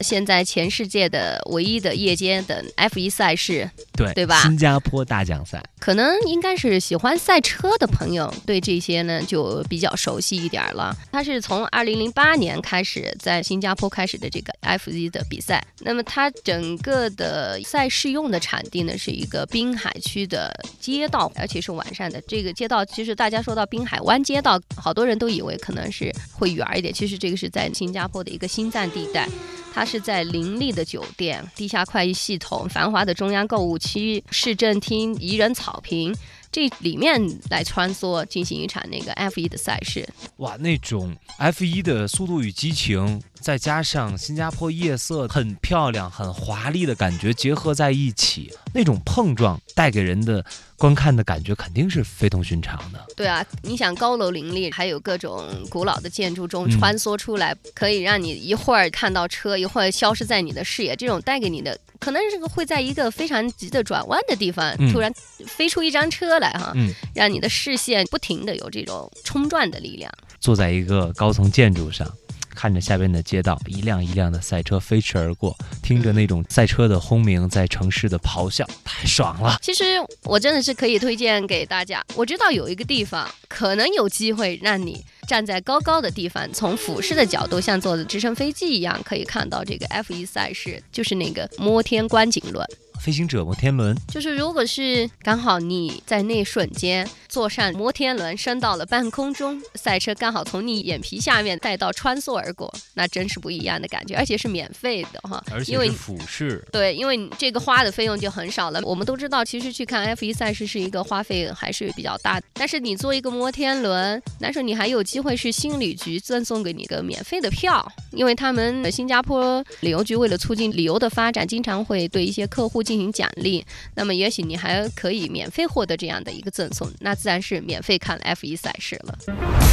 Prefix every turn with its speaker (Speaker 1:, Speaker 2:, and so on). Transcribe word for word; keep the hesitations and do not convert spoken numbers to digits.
Speaker 1: 现在全世界的唯一的夜间的 F 一 赛事，
Speaker 2: 对
Speaker 1: 对吧？
Speaker 2: 新加坡大奖赛，
Speaker 1: 可能应该是喜欢赛车的朋友对这些呢就比较熟悉一点了。它是从二零零八年开始在新加坡开始的这个 F 一 的比赛，那么它整个的赛事用的场地呢是一个滨海区的街道，而且是完善的。这个街道其实大家说到滨海湾街道，好多人都以为可能是会远一点，其实这个是在新加坡的一个心脏地带。它是在林立的酒店、地下快运系统、繁华的中央购物区、市政厅、宜人草坪这里面来穿梭，进行一场那个 F 一 的赛事。
Speaker 2: 哇，那种 F 一 的速度与激情，再加上新加坡夜色很漂亮、很华丽的感觉结合在一起，那种碰撞带给人的观看的感觉肯定是非同寻常的。
Speaker 1: 对啊，你想高楼林立，还有各种古老的建筑中穿梭出来，嗯、可以让你一会儿看到车，一会儿消失在你的视野，这种带给你的可能是会在一个非常急的转弯的地方，嗯、突然飞出一张车来哈，嗯、让你的视线不停的有这种冲撞的力量。
Speaker 2: 坐在一个高层建筑上，看着下边的街道，一辆一辆的赛车飞驰而过，听着那种赛车的轰鸣在城市的咆哮，太爽了。
Speaker 1: 其实我真的是可以推荐给大家，我知道有一个地方可能有机会让你站在高高的地方，从俯视的角度像坐的直升飞机一样可以看到这个 F 一 赛事，就是那个摩天观景轮。
Speaker 2: 飞行者摩天轮，
Speaker 1: 就是如果是刚好你在那瞬间坐上摩天轮升到了半空中，赛车刚好从你眼皮下面带到穿梭而过，那真是不一样的感觉，而且是免费的哈，
Speaker 2: 而且是俯视。
Speaker 1: 对，因为这个花的费用就很少了。我们都知道其实去看 F 一 赛事是一个花费还是比较大的，但是你坐一个摩天轮，那时候你还有机会是新旅局赠送给你一个免费的票，因为他们新加坡旅游局为了促进旅游的发展，经常会对一些客户进行奖励，那么也许你还可以免费获得这样的一个赠送，那自然是免费看 F 一 赛事了。